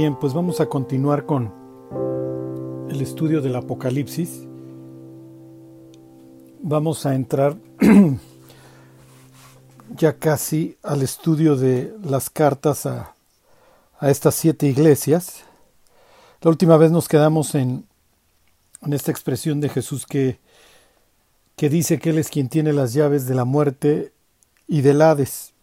Bien, pues vamos a continuar con el estudio del Apocalipsis. Vamos a entrar ya casi al estudio de las cartas a estas 7 iglesias. La última vez nos quedamos en esta expresión de Jesús que dice que Él es quien tiene las llaves de la muerte y del Hades.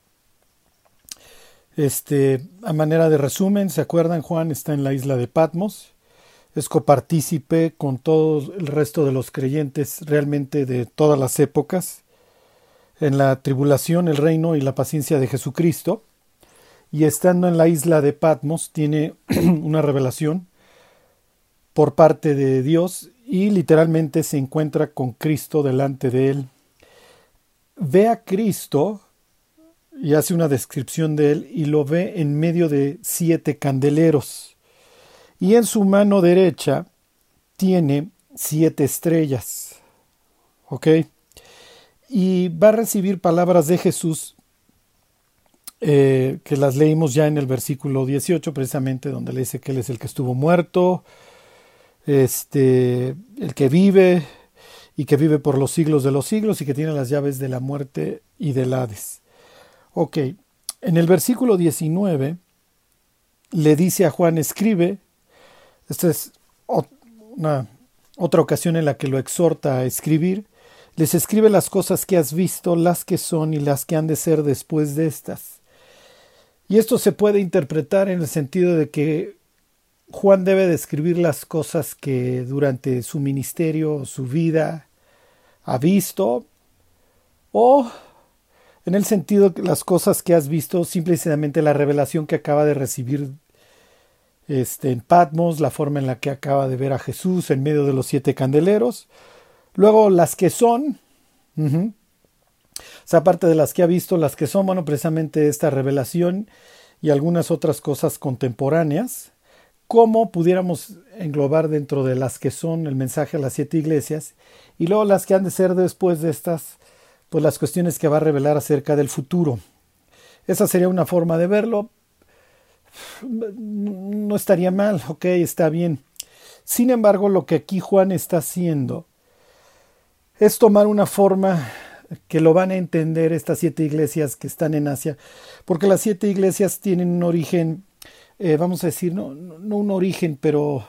A manera de resumen, ¿se acuerdan? Juan está en la isla de Patmos, es copartícipe con todo el resto de los creyentes realmente de todas las épocas, en la tribulación, el reino y la paciencia de Jesucristo, y estando en la isla de Patmos tiene una revelación por parte de Dios y literalmente se encuentra con Cristo delante de él. Ve a Cristo y hace una descripción de él y lo ve en medio de 7 candeleros. Y en su mano derecha tiene 7 estrellas. ¿Ok? Y va a recibir palabras de Jesús que las leímos ya en el versículo 18, precisamente donde le dice que Él es el que estuvo muerto, el que vive y que vive por los siglos de los siglos y que tiene las llaves de la muerte y del Hades. Ok, en el versículo 19 le dice a Juan, escribe. Esta es otra ocasión en la que lo exhorta a escribir. Les escribe las cosas que has visto, las que son y las que han de ser después de estas. Y esto se puede interpretar en el sentido de que Juan debe describir las cosas que durante su ministerio, su vida, ha visto, o en el sentido que las cosas que has visto, simple y sencillamente la revelación que acaba de recibir en Patmos, la forma en la que acaba de ver a Jesús en medio de los 7 candeleros. Luego las que son, o sea, aparte de las que ha visto, las que son, bueno, precisamente esta revelación y algunas otras cosas contemporáneas, cómo pudiéramos englobar dentro de las que son el mensaje a las 7 iglesias, y luego las que han de ser después de estas, pues las cuestiones que va a revelar acerca del futuro. Esa sería una forma de verlo. No estaría mal, ok, está bien. Sin embargo, lo que aquí Juan está haciendo es tomar una forma que lo van a entender estas 7 iglesias que están en Asia, porque las 7 iglesias tienen un origen, vamos a decir, no un origen, pero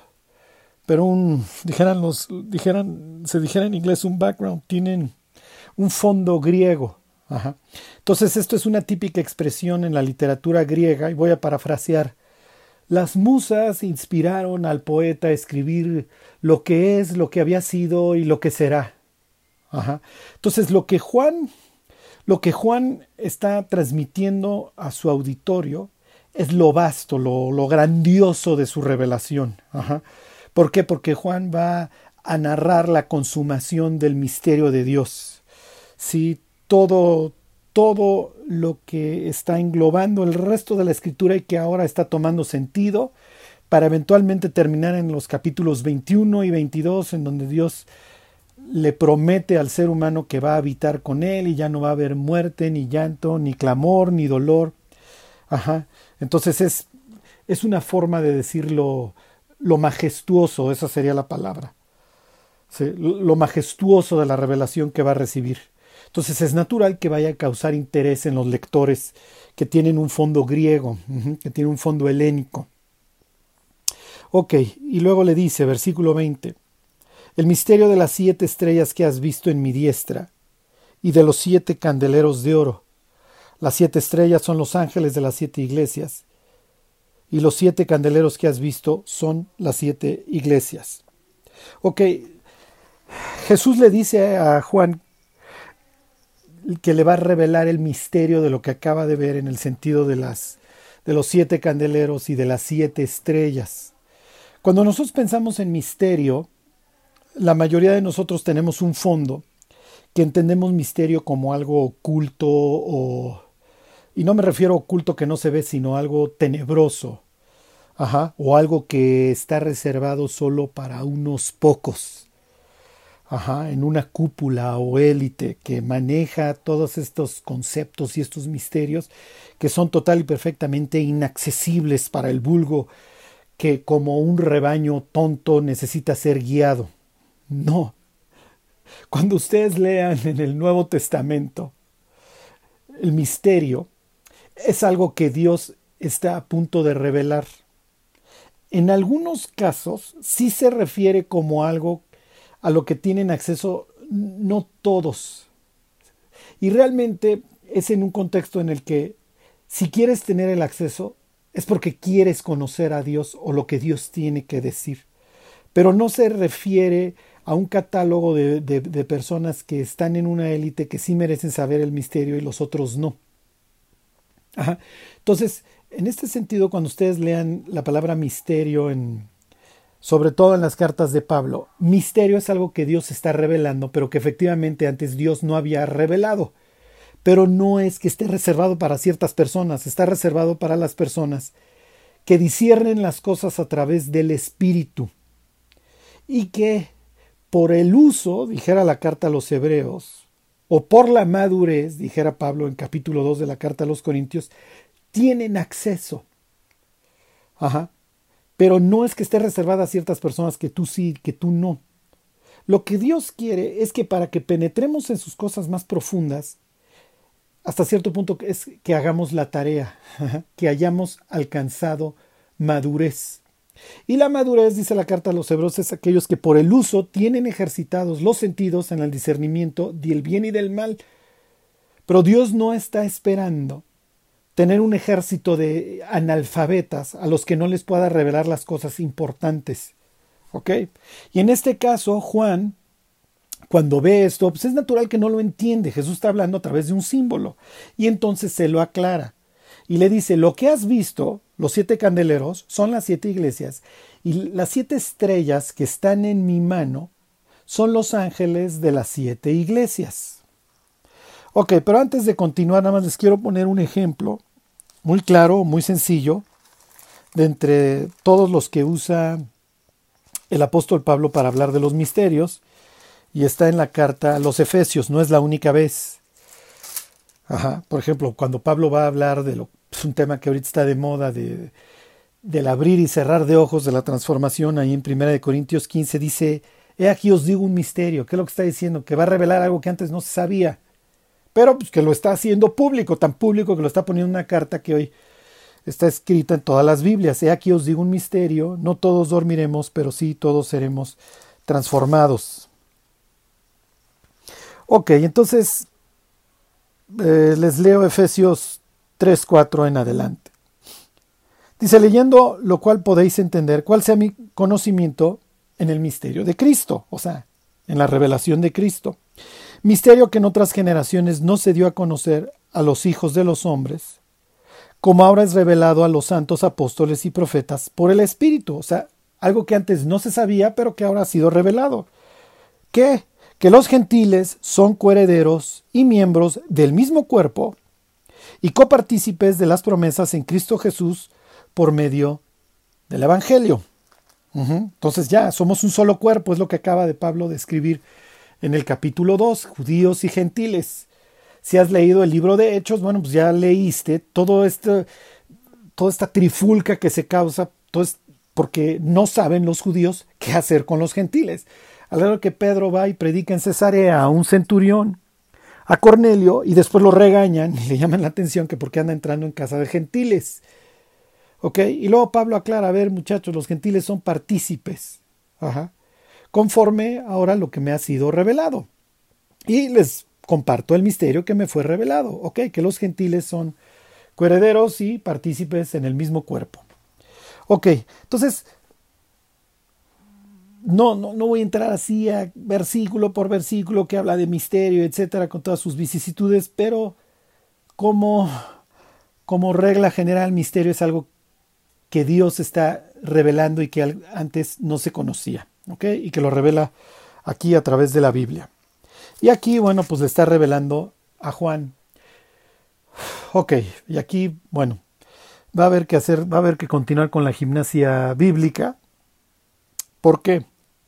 se dijera en inglés un background, tienen un fondo griego. Ajá. Entonces esto es una típica expresión en la literatura griega, y voy a parafrasear. Las musas inspiraron al poeta a escribir lo que es, lo que había sido y lo que será. Ajá. Entonces lo que Juan está transmitiendo a su auditorio es lo vasto, lo grandioso de su revelación. Ajá. ¿Por qué? Porque Juan va a narrar la consumación del misterio de Dios. Sí, todo lo que está englobando el resto de la escritura y que ahora está tomando sentido para eventualmente terminar en los capítulos 21 y 22, en donde Dios le promete al ser humano que va a habitar con él y ya no va a haber muerte, ni llanto, ni clamor, ni dolor. Ajá. Entonces es una forma de decir lo majestuoso, esa sería la palabra. Sí, lo majestuoso de la revelación que va a recibir. Entonces es natural que vaya a causar interés en los lectores que tienen un fondo griego, que tienen un fondo helénico. Ok, y luego le dice, versículo 20, el misterio de las 7 estrellas que has visto en mi diestra y de los 7 candeleros de oro. Las 7 estrellas son los ángeles de las 7 iglesias y los 7 candeleros que has visto son las 7 iglesias. Ok, Jesús le dice a Juan que le va a revelar el misterio de lo que acaba de ver en el sentido de los 7 candeleros y de las 7 estrellas. Cuando nosotros pensamos en misterio, la mayoría de nosotros tenemos un fondo que entendemos misterio como algo oculto y no me refiero a oculto que no se ve, sino algo tenebroso, o algo que está reservado solo para unos pocos. En una cúpula o élite que maneja todos estos conceptos y estos misterios que son total y perfectamente inaccesibles para el vulgo que como un rebaño tonto necesita ser guiado. No. Cuando ustedes lean en el Nuevo Testamento, el misterio es algo que Dios está a punto de revelar. En algunos casos sí se refiere como algo a lo que tienen acceso no todos. Y realmente es en un contexto en el que si quieres tener el acceso es porque quieres conocer a Dios o lo que Dios tiene que decir. Pero no se refiere a un catálogo de personas que están en una élite que sí merecen saber el misterio y los otros no. Ajá. Entonces, en este sentido, cuando ustedes lean la palabra misterio, sobre todo en las cartas de Pablo, misterio es algo que Dios está revelando, pero que efectivamente antes Dios no había revelado. Pero no es que esté reservado para ciertas personas, está reservado para las personas que disciernen las cosas a través del Espíritu y que por el uso, dijera la carta a los Hebreos, o por la madurez, dijera Pablo en capítulo 2 de la carta a los Corintios, tienen acceso. Ajá. Pero no es que esté reservada a ciertas personas que tú sí, que tú no. Lo que Dios quiere es que para que penetremos en sus cosas más profundas, hasta cierto punto es que hagamos la tarea, que hayamos alcanzado madurez. Y la madurez, dice la carta a los Hebreos, es aquellos que por el uso tienen ejercitados los sentidos en el discernimiento del bien y del mal. Pero Dios no está esperando tener un ejército de analfabetas a los que no les pueda revelar las cosas importantes. ¿Ok? Y en este caso, Juan, cuando ve esto, pues es natural que no lo entiende. Jesús está hablando a través de un símbolo. Y entonces se lo aclara. Y le dice, lo que has visto, los 7 candeleros, son las 7 iglesias. Y las 7 estrellas que están en mi mano son los ángeles de las 7 iglesias. Ok, pero antes de continuar, nada más les quiero poner un ejemplo muy claro, muy sencillo, de entre todos los que usa el apóstol Pablo para hablar de los misterios. Y está en la carta a los Efesios, no es la única vez. Ajá. Por ejemplo, cuando Pablo va a hablar de es un tema que ahorita está de moda, del abrir y cerrar de ojos de la transformación, ahí en 1 Corintios 15 dice, he aquí os digo un misterio. ¿Qué es lo que está diciendo? Que va a revelar algo que antes no se sabía, pero pues, que lo está haciendo público, tan público que lo está poniendo en una carta que hoy está escrita en todas las Biblias. He aquí os digo un misterio, no todos dormiremos, pero sí todos seremos transformados. Ok, entonces les leo Efesios 3:4 en adelante. Dice, leyendo lo cual podéis entender cuál sea mi conocimiento en el misterio de Cristo, o sea, en la revelación de Cristo. Misterio que en otras generaciones no se dio a conocer a los hijos de los hombres, como ahora es revelado a los santos apóstoles y profetas por el Espíritu, o sea, algo que antes no se sabía, pero que ahora ha sido revelado. ¿Qué? Que los gentiles son coherederos y miembros del mismo cuerpo y copartícipes de las promesas en Cristo Jesús por medio del Evangelio. Entonces ya somos un solo cuerpo, es lo que acaba de Pablo de escribir en el capítulo 2, judíos y gentiles. Si has leído el libro de Hechos, bueno, pues ya leíste toda esta trifulca que se causa, porque no saben los judíos qué hacer con los gentiles. Al grado que Pedro va y predica en Cesarea a un centurión, a Cornelio, y después lo regañan y le llaman la atención que por qué anda entrando en casa de gentiles. ¿Ok? Y luego Pablo aclara, a ver muchachos, los gentiles son partícipes, conforme ahora lo que me ha sido revelado. Y les comparto el misterio que me fue revelado, ¿ok? Que los gentiles son coherederos y partícipes en el mismo cuerpo. Ok, entonces no voy a entrar así a versículo por versículo que habla de misterio, etcétera, con todas sus vicisitudes, pero como regla general, misterio es algo que Dios está revelando y que antes no se conocía, ¿ok? Y que lo revela aquí a través de la Biblia. Y aquí, bueno, pues le está revelando a Juan. Ok, y aquí, bueno, va a haber que continuar con la gimnasia bíblica. ¿Por qué?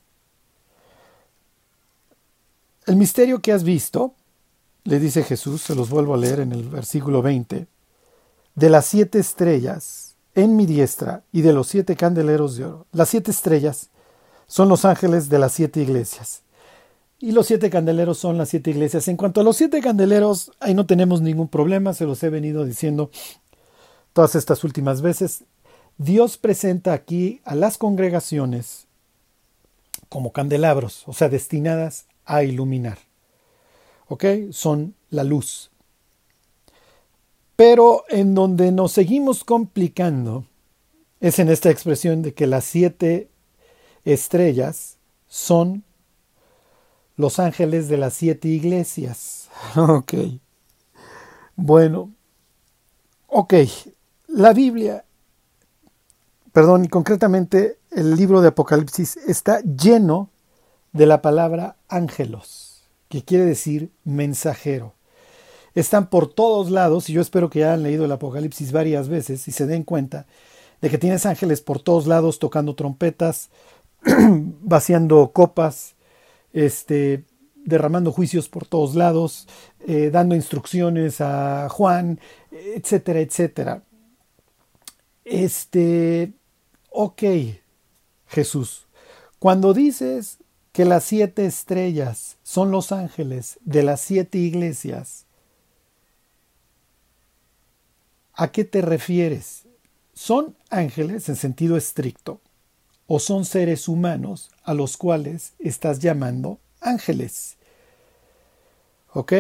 El misterio que has visto, le dice Jesús, se los vuelvo a leer en el versículo 20, de las 7 estrellas en mi diestra y de los 7 candeleros de oro. Las 7 estrellas son los ángeles de las 7 iglesias. Y los 7 candeleros son las 7 iglesias. En cuanto a los 7 candeleros, ahí no tenemos ningún problema, se los he venido diciendo todas estas últimas veces. Dios presenta aquí a las congregaciones como candelabros, o sea, destinadas a iluminar. ¿Ok? Son la luz. Pero en donde nos seguimos complicando es en esta expresión de que las 7 estrellas son los ángeles de las 7 iglesias. Ok. Bueno. Ok. La Biblia, y concretamente el libro de Apocalipsis está lleno de la palabra ángelos, que quiere decir mensajero. Están por todos lados, y yo espero que hayan leído el Apocalipsis varias veces y se den cuenta de que tienes ángeles por todos lados tocando trompetas, vaciando copas, derramando juicios por todos lados, dando instrucciones a Juan, etcétera, etcétera. Ok, Jesús, cuando dices que las 7 estrellas son los ángeles de las 7 iglesias, ¿a qué te refieres? ¿Son ángeles en sentido estricto o son seres humanos a los cuales estás llamando ángeles? ¿Ok?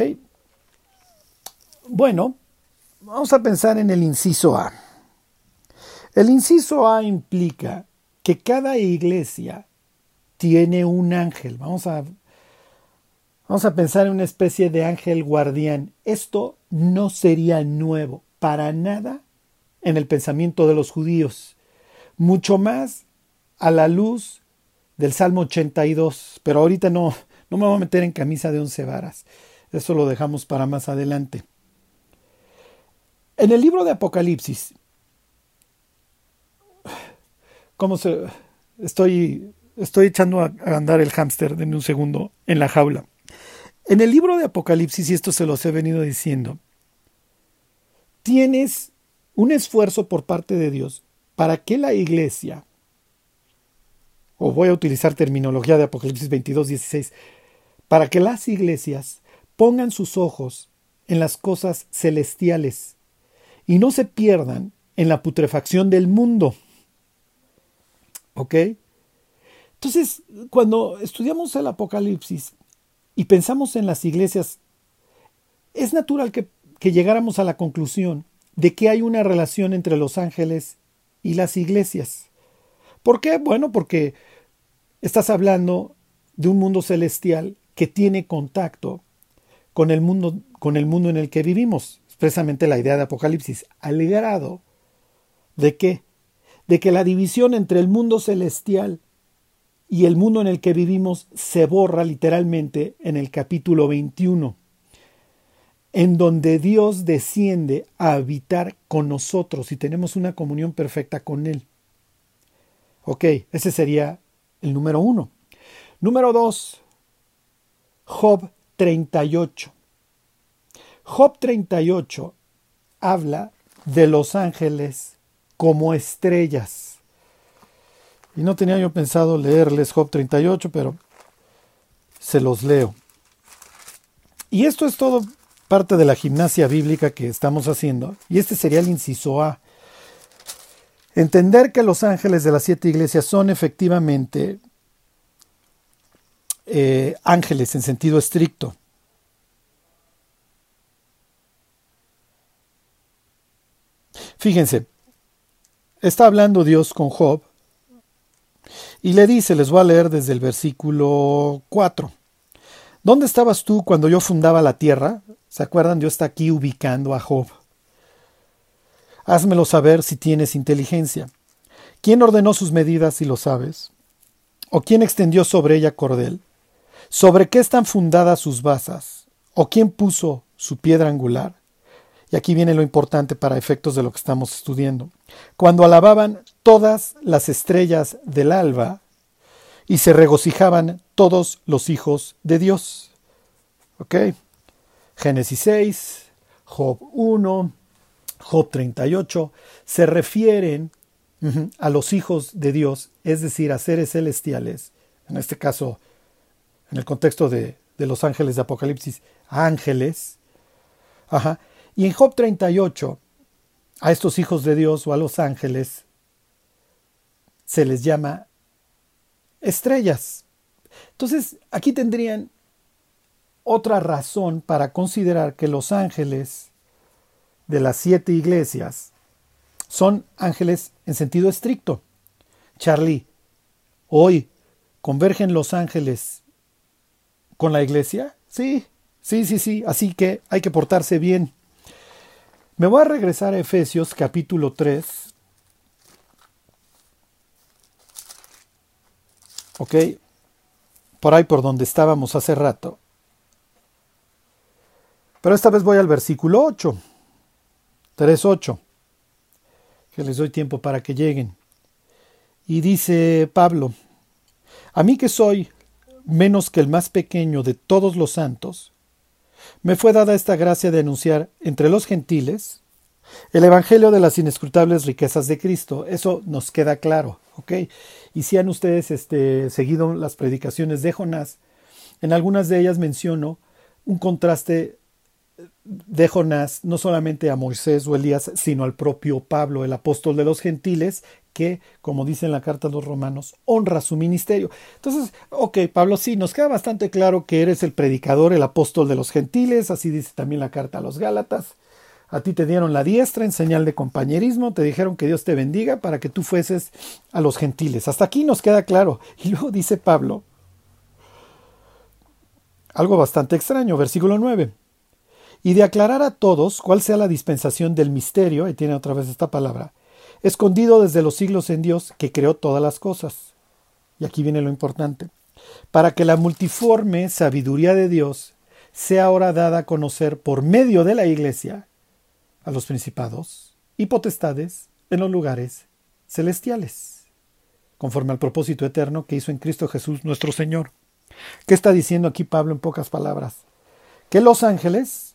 Bueno, vamos a pensar en el inciso A. El inciso A implica que cada iglesia tiene un ángel. Vamos a pensar en una especie de ángel guardián. Esto no sería nuevo para nada en el pensamiento de los judíos, mucho más a la luz del Salmo 82, pero ahorita no me voy a meter en camisa de 11 varas, eso lo dejamos para más adelante. En el libro de Apocalipsis, estoy echando a andar el hámster, denme un segundo, en la jaula. En el libro de Apocalipsis, y esto se los he venido diciendo, tienes un esfuerzo por parte de Dios para que la iglesia, o voy a utilizar terminología de Apocalipsis 22:16, para que las iglesias pongan sus ojos en las cosas celestiales y no se pierdan en la putrefacción del mundo. ¿Ok? Entonces, cuando estudiamos el Apocalipsis y pensamos en las iglesias, es natural que llegáramos a la conclusión de que hay una relación entre los ángeles y las iglesias. ¿Por qué? Bueno, porque estás hablando de un mundo celestial que tiene contacto con el mundo en el que vivimos. Expresamente la idea de Apocalipsis, al grado de que la división entre el mundo celestial y el mundo en el que vivimos se borra literalmente en el capítulo 21. En donde Dios desciende a habitar con nosotros y tenemos una comunión perfecta con Él. Ok, ese sería el número 1. Número 2, Job 38. Job 38 habla de los ángeles como estrellas. Y no tenía yo pensado leerles Job 38, pero se los leo. Y esto es todo parte de la gimnasia bíblica que estamos haciendo, y este sería el inciso A. Entender que los ángeles de las 7 iglesias son efectivamente ángeles en sentido estricto. Fíjense, está hablando Dios con Job y le dice, les voy a leer desde el versículo 4. ¿Dónde estabas tú cuando yo fundaba la tierra? ¿Se acuerdan? Dios está aquí ubicando a Job. Házmelo saber si tienes inteligencia. ¿Quién ordenó sus medidas si lo sabes? ¿O quién extendió sobre ella cordel? ¿Sobre qué están fundadas sus basas? ¿O quién puso su piedra angular? Y aquí viene lo importante para efectos de lo que estamos estudiando. Cuando alababan todas las estrellas del alba y se regocijaban todos los hijos de Dios. ¿Ok? Génesis 6, Job 1, Job 38, se refieren a los hijos de Dios, es decir, a seres celestiales, en este caso, en el contexto de los ángeles de Apocalipsis, a ángeles. Y en Job 38, a estos hijos de Dios o a los ángeles se les llama estrellas. Entonces, aquí tendrían otra razón para considerar que los ángeles de las 7 iglesias son ángeles en sentido estricto. Charlie, hoy, ¿convergen los ángeles con la iglesia? Sí. Así que hay que portarse bien. Me voy a regresar a Efesios capítulo 3. Ok, por ahí por donde estábamos hace rato. Pero esta vez voy al versículo 8. 3:8. Que les doy tiempo para que lleguen. Y dice Pablo: a mí que soy menos que el más pequeño de todos los santos, me fue dada esta gracia de anunciar entre los gentiles el evangelio de las inescrutables riquezas de Cristo. Eso nos queda claro, ¿ok? Y si han ustedes seguido las predicaciones de Jonás, en algunas de ellas menciono un contraste de Jonás, no solamente a Moisés o Elías, sino al propio Pablo, el apóstol de los gentiles, que, como dice en la carta a los romanos, honra su ministerio. Entonces, ok, Pablo, sí, nos queda bastante claro que eres el predicador, el apóstol de los gentiles, así dice también la carta a los Gálatas. A ti te dieron la diestra en señal de compañerismo, te dijeron que Dios te bendiga para que tú fueses a los gentiles. Hasta aquí nos queda claro. Y luego dice Pablo algo bastante extraño, versículo 9. Y de aclarar a todos cuál sea la dispensación del misterio, y tiene otra vez esta palabra, escondido desde los siglos en Dios, que creó todas las cosas. Y aquí viene lo importante. Para que la multiforme sabiduría de Dios sea ahora dada a conocer por medio de la Iglesia a los principados y potestades en los lugares celestiales, conforme al propósito eterno que hizo en Cristo Jesús nuestro Señor. ¿Qué está diciendo aquí Pablo en pocas palabras? Que los ángeles,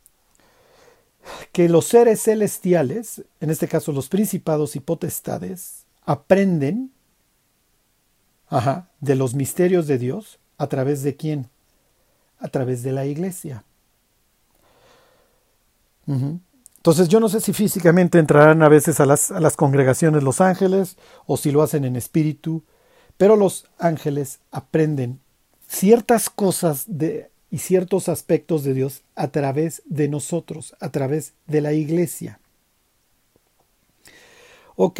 que los seres celestiales, en este caso los principados y potestades, aprenden de los misterios de Dios. ¿A través de quién? A través de la iglesia. Entonces yo no sé si físicamente entrarán a veces a las congregaciones los ángeles o si lo hacen en espíritu, pero los ángeles aprenden ciertas cosas y ciertos aspectos de Dios a través de nosotros, a través de la iglesia. Ok,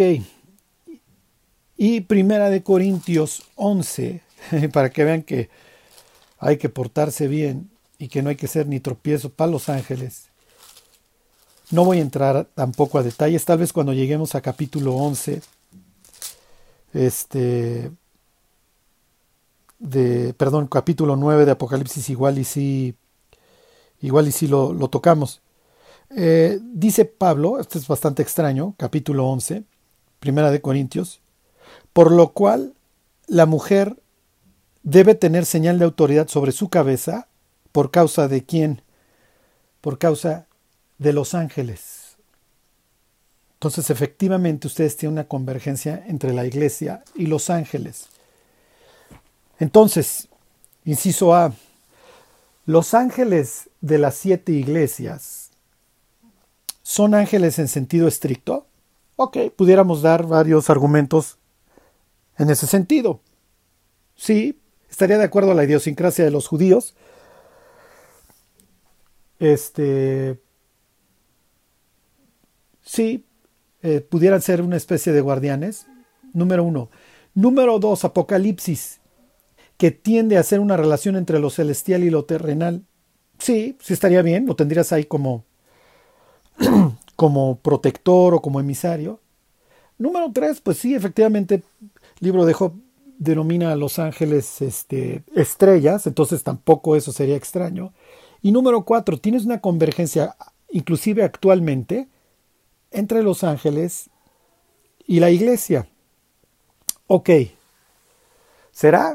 y Primera de Corintios 11, para que vean que hay que portarse bien y que no hay que ser ni tropiezo para los ángeles. No voy a entrar tampoco a detalles, tal vez cuando lleguemos a capítulo 11, capítulo 9 de Apocalipsis, igual y sí lo tocamos. Dice Pablo, esto es bastante extraño, capítulo 11, Primera de Corintios, por lo cual la mujer debe tener señal de autoridad sobre su cabeza, ¿por causa de quién? Por causa de los ángeles. Entonces, efectivamente, ustedes tienen una convergencia entre la iglesia y los ángeles. Entonces, inciso A, los ángeles de las 7 iglesias son ángeles en sentido estricto. Ok, pudiéramos dar varios argumentos en ese sentido. Sí, estaría de acuerdo a la idiosincrasia de los judíos. Sí, pudieran ser una especie de guardianes. Número 1. Número 2, Apocalipsis, que tiende a ser una relación entre lo celestial y lo terrenal. Sí estaría bien, lo tendrías ahí como protector o como emisario. Número 3, pues sí, efectivamente, el libro de Job denomina a los ángeles estrellas, entonces tampoco eso sería extraño. Y número 4, tienes una convergencia, inclusive actualmente, entre los ángeles y la iglesia. Ok, ¿será?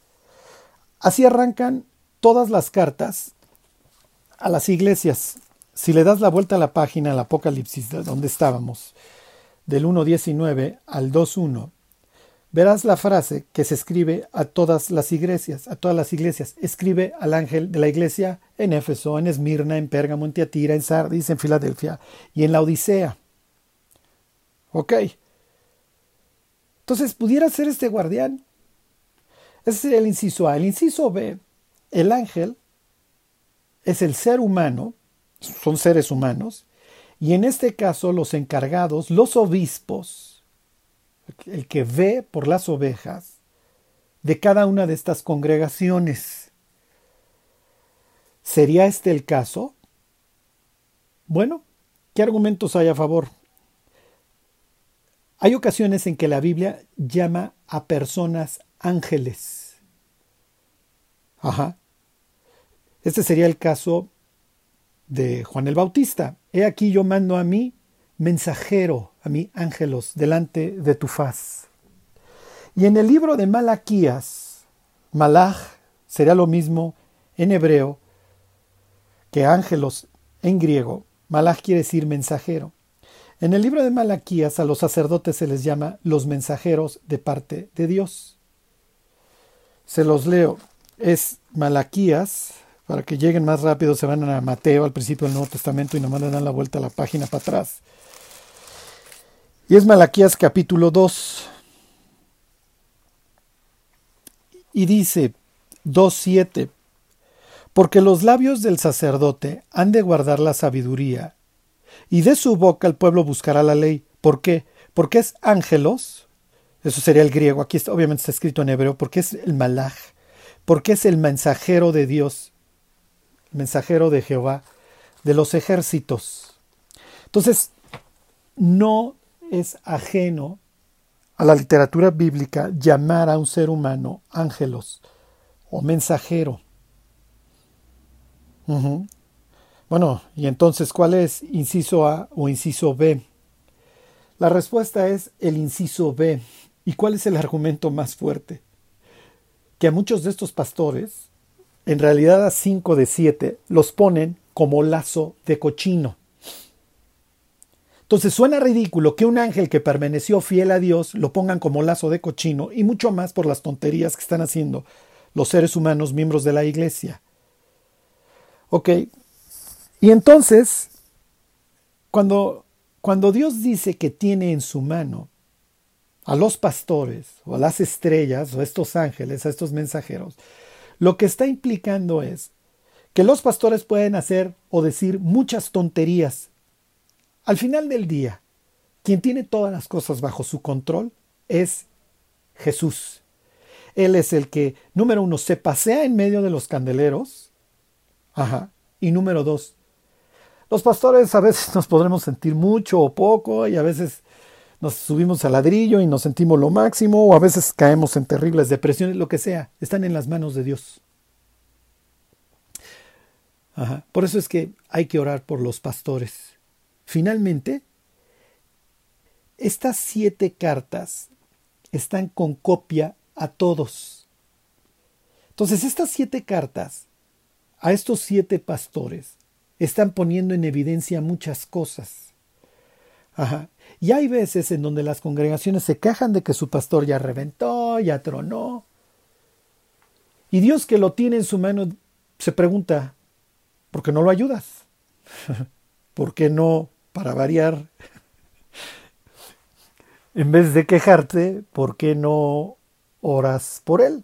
Así arrancan todas las cartas a las iglesias. si le das la vuelta a la página, al Apocalipsis, donde estábamos, del 1.19 al 2.1, verás la frase que se escribe a todas las iglesias, Escribe al ángel de la iglesia en Éfeso, en Esmirna, en Pérgamo, en Tiatira, en Sardis, en Filadelfia y en la Odisea. Ok. Entonces, ¿pudiera ser este guardián? Ese sería el inciso A. El inciso B, el ángel es el ser humano, son seres humanos, y en este caso los encargados, los obispos, el que ve por las ovejas de cada una de estas congregaciones. ¿Sería este el caso? Bueno, ¿qué argumentos hay a favor? Hay ocasiones en que la Biblia llama a personas ángeles. Ajá. Este sería el caso de Juan el Bautista. He aquí yo mando a mi mensajero, a mi ángelos, delante de tu faz. Y en el libro de Malaquías, malach sería lo mismo en hebreo que ángelos en griego. Malach quiere decir mensajero. En el libro de Malaquías a los sacerdotes se les llama los mensajeros de parte de Dios. Se los leo. Es Malaquías, para que lleguen más rápido se van a Mateo al principio del Nuevo Testamento y nomás le dan la vuelta a la página para atrás. Y es Malaquías capítulo 2. Y dice 2:7, porque los labios del sacerdote han de guardar la sabiduría, y de su boca el pueblo buscará la ley. ¿Por qué? Porque es ángelos, eso sería el griego, aquí obviamente está escrito en hebreo, porque es el malach, porque es el mensajero de Dios, el mensajero de Jehová, de los ejércitos. Entonces, no es ajeno a la literatura bíblica llamar a un ser humano ángelos o mensajero. Bueno, y entonces, ¿cuál es inciso A o inciso B? La respuesta es el inciso B. ¿Y cuál es el argumento más fuerte? Que a muchos de estos pastores, en realidad a 5 de 7, los ponen como lazo de cochino. Entonces suena ridículo que un ángel que permaneció fiel a Dios lo pongan como lazo de cochino, y mucho más por las tonterías que están haciendo los seres humanos miembros de la iglesia. Ok, y entonces, cuando Dios dice que tiene en su mano a los pastores, o a las estrellas, o a estos ángeles, a estos mensajeros, lo que está implicando es que los pastores pueden hacer o decir muchas tonterías. Al final del día, quien tiene todas las cosas bajo su control es Jesús. Él es el que, número 1, se pasea en medio de los candeleros. Y número 2, los pastores a veces nos podremos sentir mucho o poco, y a veces nos subimos al ladrillo y nos sentimos lo máximo, o a veces caemos en terribles depresiones, lo que sea, están en las manos de Dios. Por eso es que hay que orar por los pastores. Finalmente, estas 7 cartas están con copia a todos. Entonces, estas 7 cartas a estos 7 pastores están poniendo en evidencia muchas cosas. Y hay veces en donde las congregaciones se quejan de que su pastor ya reventó, ya tronó. Y Dios, que lo tiene en su mano, se pregunta, ¿por qué no lo ayudas? ¿Por qué no, para variar, en vez de quejarte, por qué no oras por él?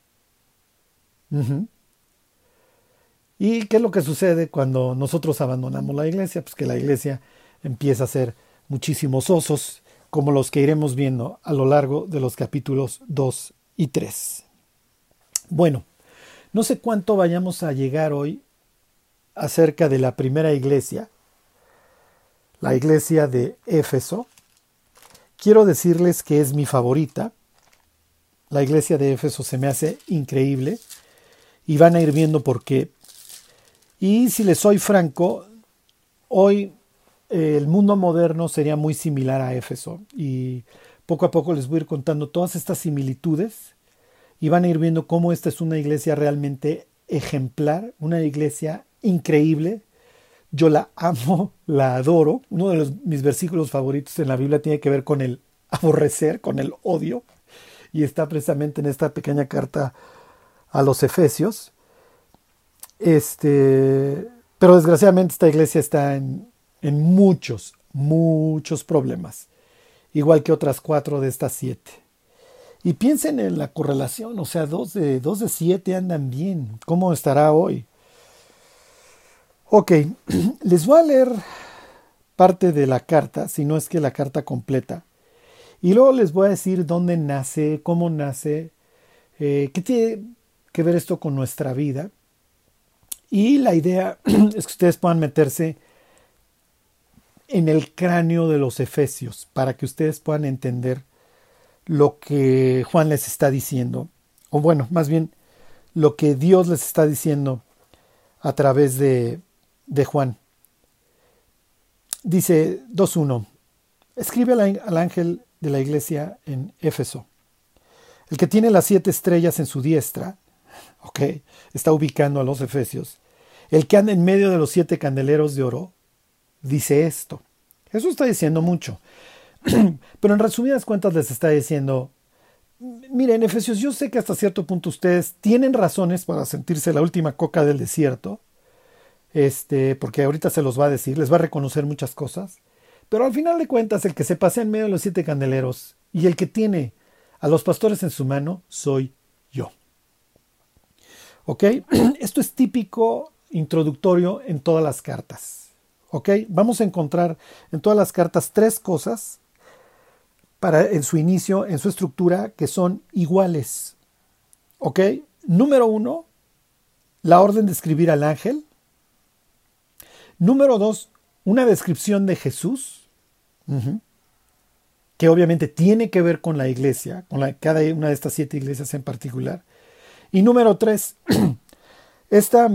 ¿Y qué es lo que sucede cuando nosotros abandonamos la iglesia? Pues que la iglesia empieza a ser muchísimos osos, como los que iremos viendo a lo largo de los capítulos 2 y 3. Bueno, no sé cuánto vayamos a llegar hoy acerca de la primera iglesia, la iglesia de Éfeso. Quiero decirles que es mi favorita. La iglesia de Éfeso se me hace increíble, y van a ir viendo por qué. Y si les soy franco, hoy el mundo moderno sería muy similar a Éfeso, y poco a poco les voy a ir contando todas estas similitudes, y van a ir viendo cómo esta es una iglesia realmente ejemplar, una iglesia increíble, Yo la amo, la adoro. Uno de mis versículos favoritos en la Biblia tiene que ver con el aborrecer, con el odio. Y está precisamente en esta pequeña carta a los Efesios. Pero desgraciadamente esta iglesia está en muchos, muchos problemas. Igual que otras 4 de estas 7. Y piensen en la correlación, o sea, 2 de 7 andan bien. ¿Cómo estará hoy? Ok, les voy a leer parte de la carta, si no es que la carta completa. Y luego les voy a decir dónde nace, cómo nace, qué tiene que ver esto con nuestra vida. Y la idea es que ustedes puedan meterse en el cráneo de los Efesios para que ustedes puedan entender lo que Juan les está diciendo. O bueno, más bien lo que Dios les está diciendo a través de Juan. Dice 2.1. Escribe al ángel de la iglesia en Éfeso. El que tiene las 7 estrellas en su diestra, está ubicando a los Efesios. El que anda en medio de los 7 candeleros de oro, dice esto. Eso está diciendo mucho. Pero en resumidas cuentas les está diciendo, miren, Efesios, yo sé que hasta cierto punto ustedes tienen razones para sentirse la última coca del desierto, porque ahorita se los va a decir, les va a reconocer muchas cosas, pero al final de cuentas el que se pasea en medio de los 7 candeleros y el que tiene a los pastores en su mano soy yo. ¿Ok? Esto es típico introductorio en todas las cartas. ¿Ok? Vamos a encontrar en todas las cartas 3 cosas en su inicio, en su estructura, que son iguales. ¿Ok? Número 1, la orden de escribir al ángel. Número 2, una descripción de Jesús, que obviamente tiene que ver con la iglesia, con cada una de estas 7 iglesias en particular. Y número 3, esta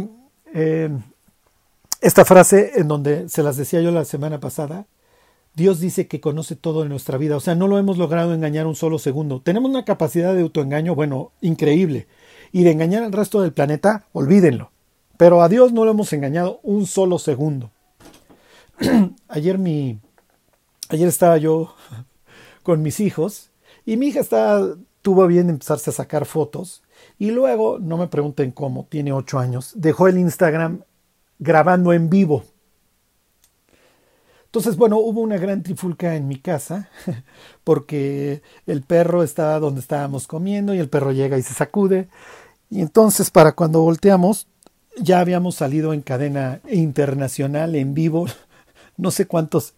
frase en donde se las decía yo la semana pasada, Dios dice que conoce todo en nuestra vida, o sea, no lo hemos logrado engañar un solo segundo. Tenemos una capacidad de autoengaño, bueno, increíble, y de engañar al resto del planeta, olvídenlo. Pero a Dios no lo hemos engañado un solo segundo. Ayer estaba yo con mis hijos y mi hija tuvo bien empezarse a sacar fotos y luego, no me pregunten cómo, tiene 8 años, dejó el Instagram grabando en vivo. Entonces, bueno, hubo una gran trifulca en mi casa porque el perro estaba donde estábamos comiendo y el perro llega y se sacude. Y entonces, para cuando volteamos, ya habíamos salido en cadena internacional, en vivo, no sé cuántos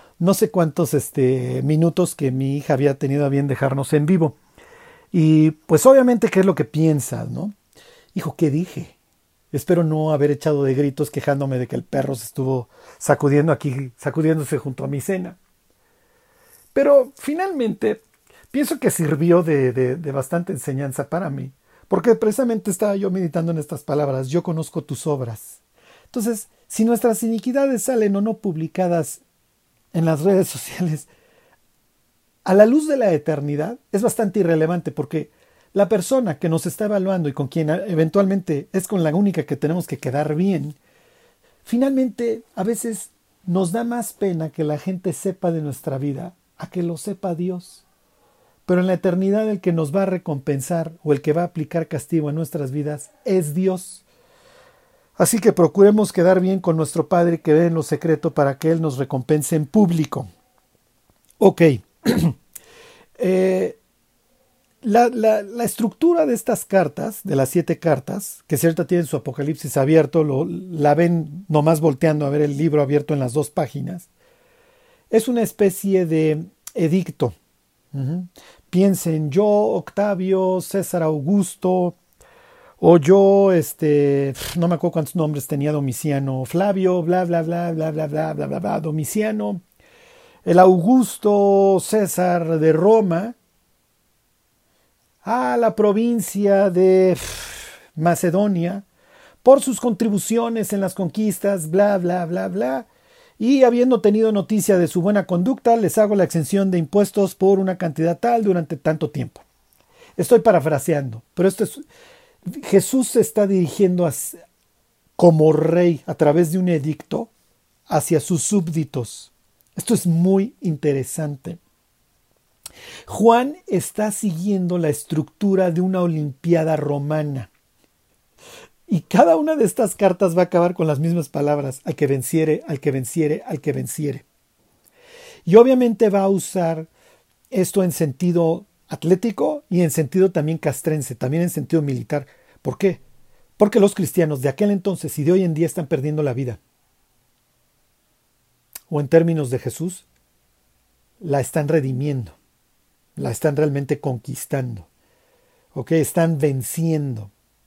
minutos que mi hija había tenido a bien dejarnos en vivo. Y pues obviamente, ¿qué es lo que piensas, no? Hijo, ¿qué dije? Espero no haber echado de gritos quejándome de que el perro se estuvo sacudiéndose junto a mi cena. Pero finalmente, pienso que sirvió de bastante enseñanza para mí. Porque precisamente estaba yo meditando en estas palabras, yo conozco tus obras. Entonces, si nuestras iniquidades salen o no publicadas en las redes sociales, a la luz de la eternidad es bastante irrelevante porque la persona que nos está evaluando y con quien eventualmente es con la única que tenemos que quedar bien, finalmente a veces nos da más pena que la gente sepa de nuestra vida a que lo sepa Dios. Pero en la eternidad el que nos va a recompensar o el que va a aplicar castigo en nuestras vidas es Dios. Así que procuremos quedar bien con nuestro Padre que ve en lo secreto para que Él nos recompense en público. Ok. La estructura de estas cartas, de las 7 cartas, que cierta tienen su Apocalipsis abierto, la ven nomás volteando a ver el libro abierto en las 2 páginas, es una especie de edicto. Piensen, yo, Octavio, César Augusto, o yo, no me acuerdo cuántos nombres tenía Domiciano, Flavio, bla, bla, bla, bla, bla, bla, bla, bla, bla, Domiciano, el Augusto César de Roma, a la provincia de Macedonia, por sus contribuciones en las conquistas, bla, bla, bla, bla, y habiendo tenido noticia de su buena conducta, les hago la exención de impuestos por una cantidad tal durante tanto tiempo. Estoy parafraseando, pero Jesús se está dirigiendo como rey a través de un edicto hacia sus súbditos. Esto es muy interesante. Juan está siguiendo la estructura de una olimpiada romana. Y cada una de estas cartas va a acabar con las mismas palabras: al que venciere, al que venciere, al que venciere. Y obviamente va a usar esto en sentido atlético y en sentido también castrense, también en sentido militar. ¿Por qué? Porque los cristianos de aquel entonces y de hoy en día están perdiendo la vida. O en términos de Jesús, la están redimiendo, la están realmente conquistando. ¿Ok? Están venciendo.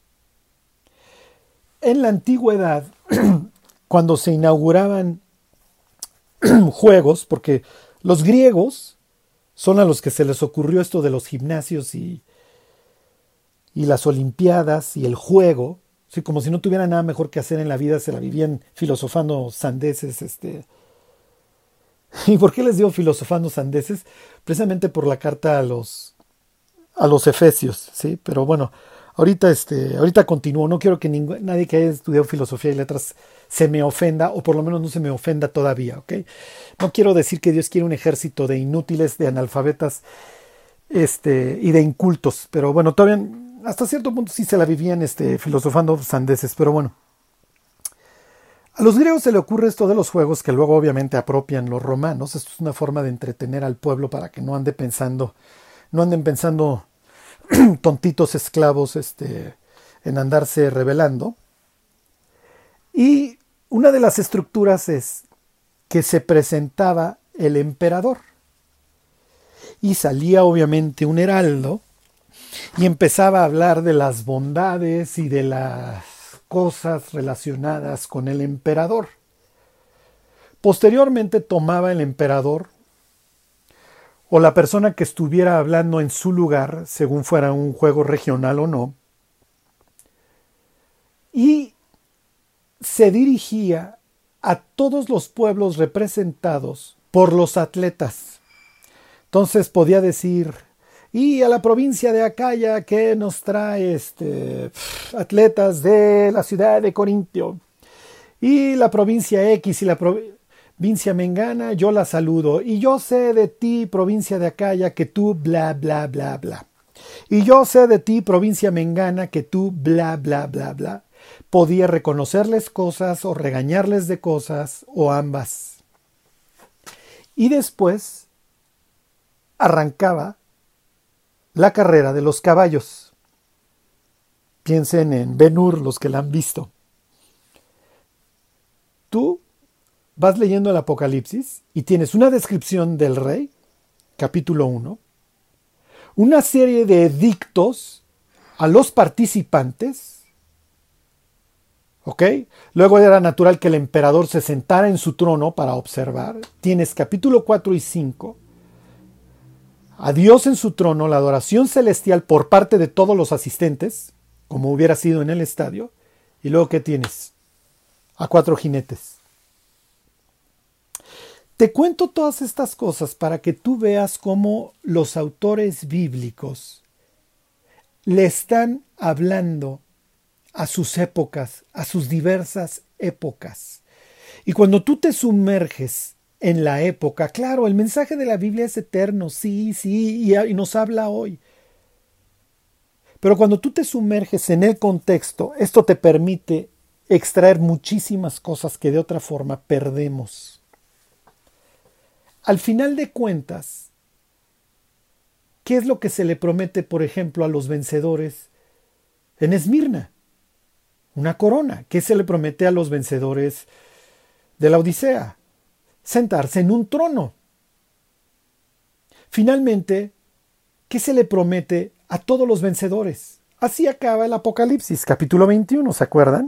En la antigüedad, cuando se inauguraban juegos, porque los griegos son a los que se les ocurrió esto de los gimnasios y las olimpiadas y el juego, ¿sí? Como si no tuvieran nada mejor que hacer en la vida, se la vivían filosofando sandeces. ¿Y por qué les digo filosofando sandeces? Precisamente por la carta a los Efesios, ¿sí? Pero bueno, ahorita continúo. No quiero que nadie que haya estudiado filosofía y letras se me ofenda, o por lo menos no se me ofenda todavía, ¿ok? No quiero decir que Dios quiere un ejército de inútiles, de analfabetas, y de incultos, pero bueno, todavía hasta cierto punto sí se la vivían filosofando sandeces, pero bueno. A los griegos se le ocurre esto de los juegos que luego obviamente apropian los romanos. Esto es una forma de entretener al pueblo para que no anden pensando tontitos esclavos en andarse rebelando. Y una de las estructuras es que se presentaba el emperador. Y salía obviamente un heraldo y empezaba a hablar de las bondades y de las cosas relacionadas con el emperador. Posteriormente tomaba el emperador o la persona que estuviera hablando en su lugar, según fuera un juego regional o no, y se dirigía a todos los pueblos representados por los atletas. Entonces podía decir: y a la provincia de Acaya, que nos trae atletas de la ciudad de Corintio, y la provincia X y la provincia Mengana, yo la saludo, y yo sé de ti, provincia de Acaya, que tú bla bla bla bla, y yo sé de ti, provincia Mengana, que tú bla bla bla bla. Podía reconocerles cosas o regañarles de cosas o ambas. Y después arrancaba la carrera de los caballos. Piensen en Ben-Hur, los que la han visto. Tú vas leyendo el Apocalipsis y tienes una descripción del rey, capítulo 1, una serie de edictos a los participantes, ¿ok? Luego era natural que el emperador se sentara en su trono para observar. Tienes capítulo 4 y 5, a Dios en su trono, la adoración celestial por parte de todos los asistentes, como hubiera sido en el estadio. Y luego, ¿qué tienes? A 4 jinetes. Te cuento todas estas cosas para que tú veas cómo los autores bíblicos le están hablando a sus épocas, a sus diversas épocas. Y cuando tú te sumerges en la época, claro, el mensaje de la Biblia es eterno, sí, y nos habla hoy. Pero cuando tú te sumerges en el contexto, esto te permite extraer muchísimas cosas que de otra forma perdemos. Al final de cuentas, ¿qué es lo que se le promete, por ejemplo, a los vencedores en Esmirna? Una corona. ¿Qué se le promete a los vencedores de la Odisea? Sentarse en un trono. Finalmente, ¿qué se le promete a todos los vencedores? Así acaba el Apocalipsis, capítulo 21, ¿se acuerdan?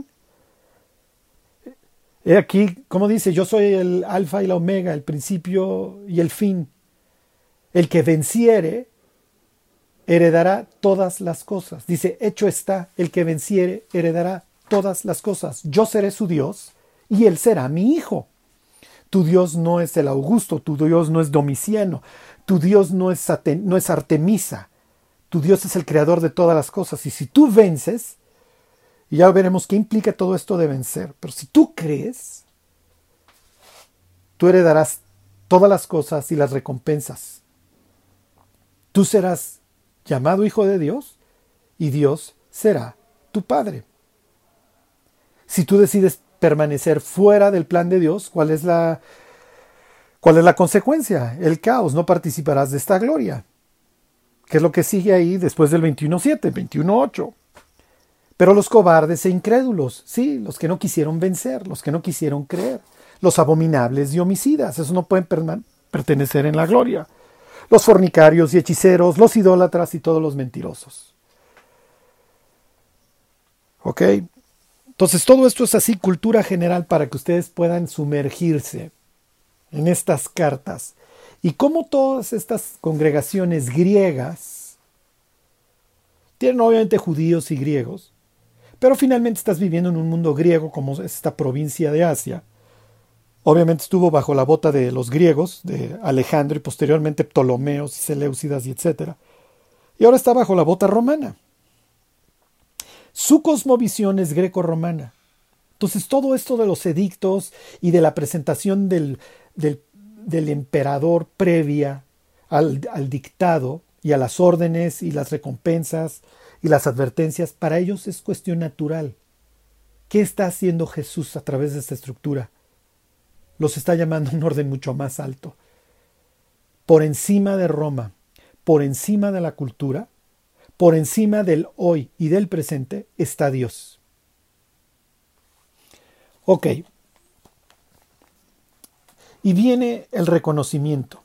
He aquí, como dice, yo soy el alfa y la omega, el principio y el fin. El que venciere heredará todas las cosas. Dice, hecho está, el que venciere heredará todas las cosas. Yo seré su Dios y él será mi hijo. Tu Dios no es el Augusto, tu Dios no es Domiciano, tu Dios no es Artemisa, tu Dios es el creador de todas las cosas. Y si tú vences, y ya veremos qué implica todo esto de vencer, pero si tú crees, tú heredarás todas las cosas y las recompensas. Tú serás llamado hijo de Dios y Dios será tu padre. Si tú decides permanecer fuera del plan de Dios, ¿cuál es la consecuencia? El caos, no participarás de esta gloria. ¿Qué es lo que sigue ahí después del 21.7, 21.8? Pero los cobardes e incrédulos, sí, los que no quisieron vencer, los que no quisieron creer, los abominables y homicidas, esos no pueden pertenecer en la gloria. Los fornicarios y hechiceros, los idólatras y todos los mentirosos. ¿Ok? Entonces todo esto es así cultura general para que ustedes puedan sumergirse en estas cartas. Y cómo todas estas congregaciones griegas, tienen obviamente judíos y griegos, pero finalmente estás viviendo en un mundo griego como es esta provincia de Asia. Obviamente estuvo bajo la bota de los griegos, de Alejandro y posteriormente Ptolomeos y Seleucidas y etc. Y ahora está bajo la bota romana. Su cosmovisión es greco-romana. Entonces todo esto de los edictos y de la presentación del emperador previa al dictado y a las órdenes y las recompensas y las advertencias, para ellos es cuestión natural. ¿Qué está haciendo Jesús a través de esta estructura? Los está llamando a un orden mucho más alto. Por encima de Roma, por encima de la cultura, por encima del hoy y del presente, está Dios. Ok. Y viene el reconocimiento.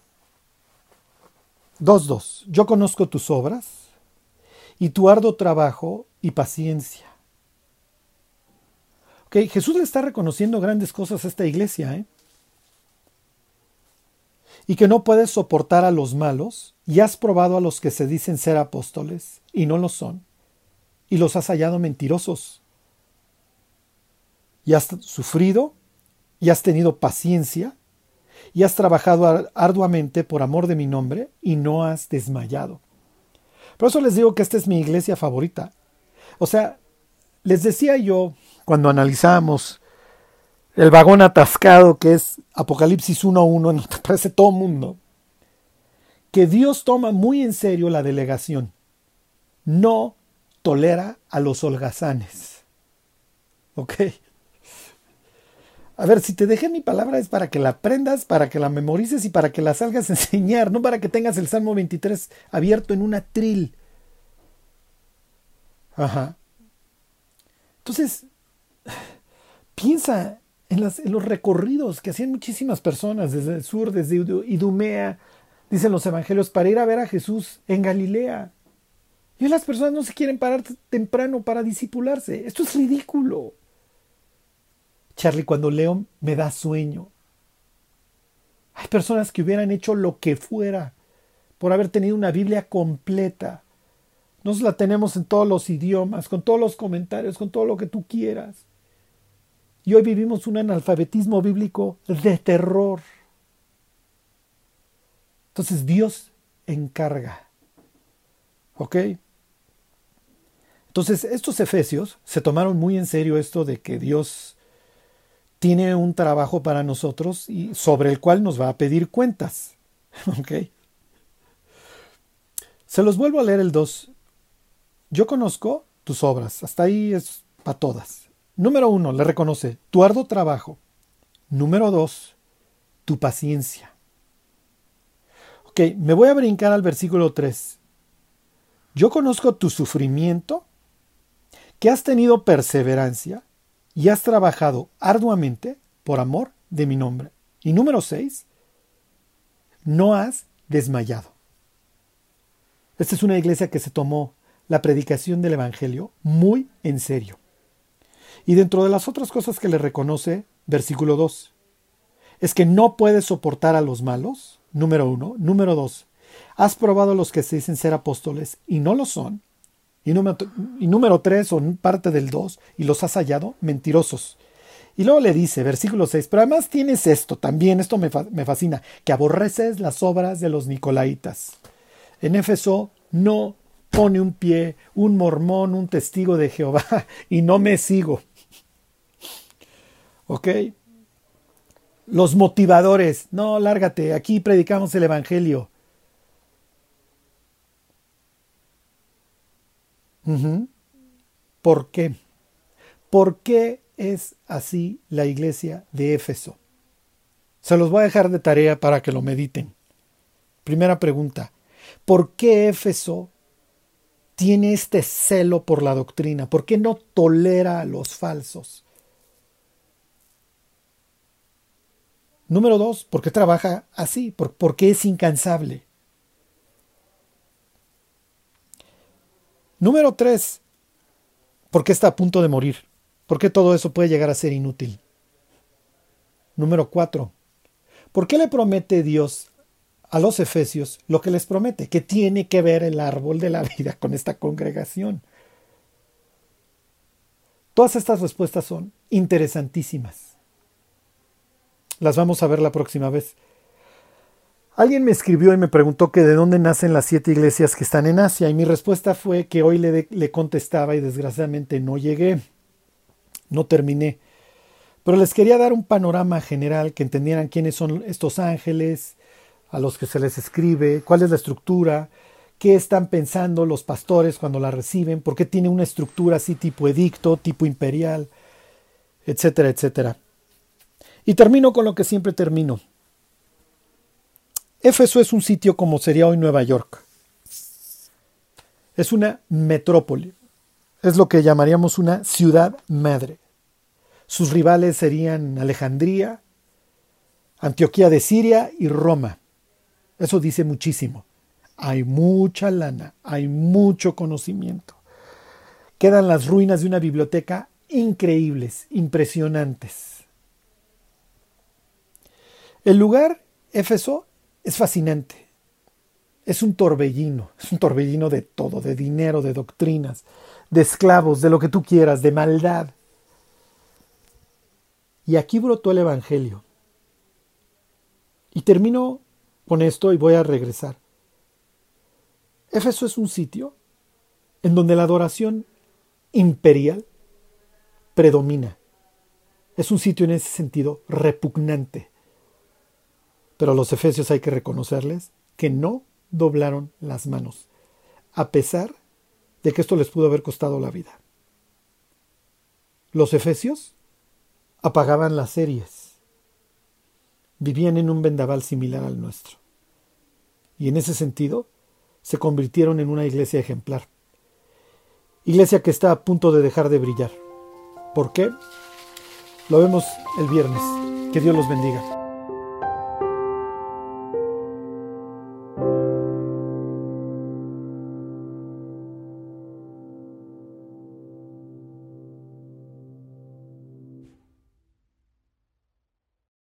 2.2. Yo conozco tus obras y tu arduo trabajo y paciencia. Ok, Jesús le está reconociendo grandes cosas a esta iglesia, y que no puedes soportar a los malos, y has probado a los que se dicen ser apóstoles, y no lo son, y los has hallado mentirosos. Y has sufrido, y has tenido paciencia, y has trabajado arduamente por amor de mi nombre, y no has desmayado. Por eso les digo que esta es mi iglesia favorita. O sea, les decía yo, cuando analizamos el vagón atascado que es Apocalipsis 1.1, en donde aparece todo el mundo, que Dios toma muy en serio la delegación. No tolera a los holgazanes. ¿Ok? A ver, si te dejé mi palabra es para que la aprendas, para que la memorices y para que la salgas a enseñar, no para que tengas el Salmo 23 abierto en un atril. Ajá. Entonces, piensa en los recorridos que hacían muchísimas personas desde el sur, desde Idumea, dicen los evangelios, para ir a ver a Jesús en Galilea. Y las personas no se quieren parar temprano para discipularse. Esto es ridículo. Charlie, cuando leo me da sueño. Hay personas que hubieran hecho lo que fuera por haber tenido una Biblia completa. Nos la tenemos en todos los idiomas, con todos los comentarios, con todo lo que tú quieras. Y hoy vivimos un analfabetismo bíblico de terror. Entonces Dios encarga. ¿Ok? Entonces estos efesios se tomaron muy en serio esto de que Dios tiene un trabajo para nosotros y sobre el cual nos va a pedir cuentas. ¿Ok? Se los vuelvo a leer el 2. Yo conozco tus obras. Hasta ahí es para todas. Número 1, le reconoce tu arduo trabajo. Número 2, tu paciencia. Ok, me voy a brincar al versículo 3. Yo conozco tu sufrimiento, que has tenido perseverancia y has trabajado arduamente por amor de mi nombre. Y número 6, no has desmayado. Esta es una iglesia que se tomó la predicación del evangelio muy en serio. Y dentro de las otras cosas que le reconoce, versículo 2, es que no puedes soportar a los malos, número 1. Número 2, has probado a los que se dicen ser apóstoles y no lo son. Y número 3, o parte del 2, y los has hallado mentirosos. Y luego le dice, versículo 6, pero además tienes esto también, esto me fascina, que aborreces las obras de los nicolaítas. En Éfeso no pone un pie un mormón, un testigo de Jehová, y no me sigo. ¿Ok? Los motivadores, no, lárgate, aquí predicamos el Evangelio. Ujú. ¿Por qué? ¿Por qué es así la iglesia de Éfeso? Se los voy a dejar de tarea para que lo mediten. Primera pregunta, ¿por qué Éfeso tiene este celo por la doctrina? ¿Por qué no tolera a los falsos? Número dos, ¿por qué trabaja así? ¿Por qué es incansable? Número tres, ¿por qué está a punto de morir? ¿Por qué todo eso puede llegar a ser inútil? Número cuatro, ¿por qué le promete Dios a los efesios lo que les promete? ¿Qué tiene que ver el árbol de la vida con esta congregación? Todas estas respuestas son interesantísimas. Las vamos a ver la próxima vez. Alguien me escribió y me preguntó que de dónde nacen las 7 iglesias que están en Asia, y mi respuesta fue que hoy le contestaba y desgraciadamente no llegué, no terminé. Pero les quería dar un panorama general, que entendieran quiénes son estos ángeles a los que se les escribe, cuál es la estructura, qué están pensando los pastores cuando la reciben, por qué tiene una estructura así tipo edicto, tipo imperial, etcétera, etcétera. Y termino con lo que siempre termino. Éfeso es un sitio como sería hoy Nueva York. Es una metrópoli. Es lo que llamaríamos una ciudad madre. Sus rivales serían Alejandría, Antioquía de Siria y Roma. Eso dice muchísimo. Hay mucha lana, hay mucho conocimiento. Quedan las ruinas de una biblioteca increíbles, impresionantes. El lugar, Éfeso, es fascinante. Es un torbellino de todo, de dinero, de doctrinas, de esclavos, de lo que tú quieras, de maldad. Y aquí brotó el Evangelio. Y termino con esto y voy a regresar. Éfeso es un sitio en donde la adoración imperial predomina. Es un sitio en ese sentido repugnante. Pero a los efesios hay que reconocerles que no doblaron las manos, a pesar de que esto les pudo haber costado la vida. Los efesios apagaban las series, vivían en un vendaval similar al nuestro, y en ese sentido se convirtieron en una iglesia ejemplar, iglesia que está a punto de dejar de brillar. ¿Por qué? Lo vemos el viernes. Que Dios los bendiga.